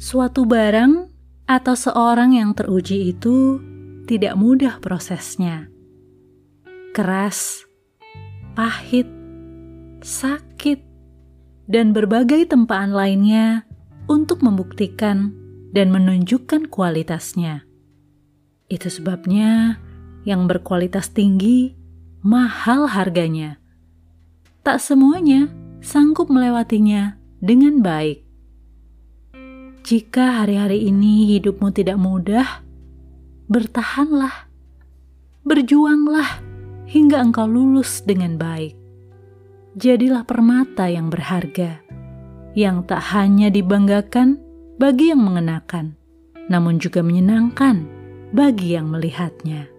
Suatu barang atau seorang yang teruji itu tidak mudah prosesnya. Keras, pahit, sakit, dan berbagai tempaan lainnya untuk membuktikan dan menunjukkan kualitasnya. Itu sebabnya yang berkualitas tinggi mahal harganya. Tak semuanya sanggup melewatinya dengan baik. Jika hari-hari ini hidupmu tidak mudah, bertahanlah, berjuanglah hingga engkau lulus dengan baik. Jadilah permata yang berharga, yang tak hanya dibanggakan bagi yang mengenakan, namun juga menyenangkan bagi yang melihatnya.